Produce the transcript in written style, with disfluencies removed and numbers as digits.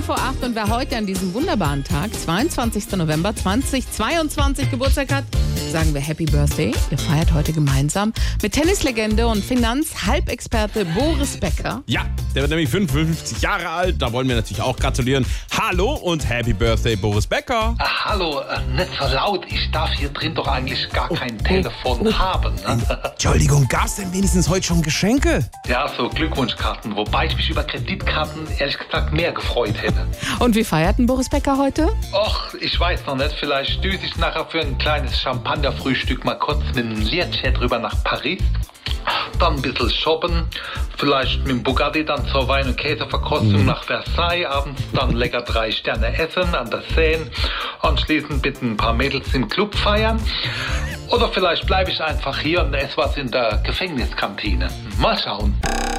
8:15 und wer heute an diesem wunderbaren Tag, 22. November 2022 Geburtstag hat, sagen wir Happy Birthday. Ihr feiert heute gemeinsam mit Tennislegende und Finanzhalbexperte Boris Becker. Ja, der wird nämlich 55 Jahre alt. Da wollen wir natürlich auch gratulieren. Hallo und Happy Birthday, Boris Becker. Hallo, nicht so laut. Ich darf hier drin doch eigentlich gar kein Telefon haben. Ne? Entschuldigung, gab's denn wenigstens heute schon Geschenke? Ja, so Glückwunschkarten. Wobei ich mich über Kreditkarten ehrlich gesagt mehr gefreut hätte. Und wie feierten Boris Becker heute? Och, ich weiß noch nicht. Vielleicht düse ich nachher für ein kleines Champagnerfrühstück mal kurz mit einem Learjet rüber nach Paris. Dann ein bisschen shoppen, vielleicht mit dem Bugatti dann zur Wein- und Käseverkostung nach Versailles, abends dann lecker 3 Sterne essen an der Seine, anschließend mit ein paar Mädels im Club feiern. Oder vielleicht bleibe ich einfach hier und esse was in der Gefängniskantine. Mal schauen.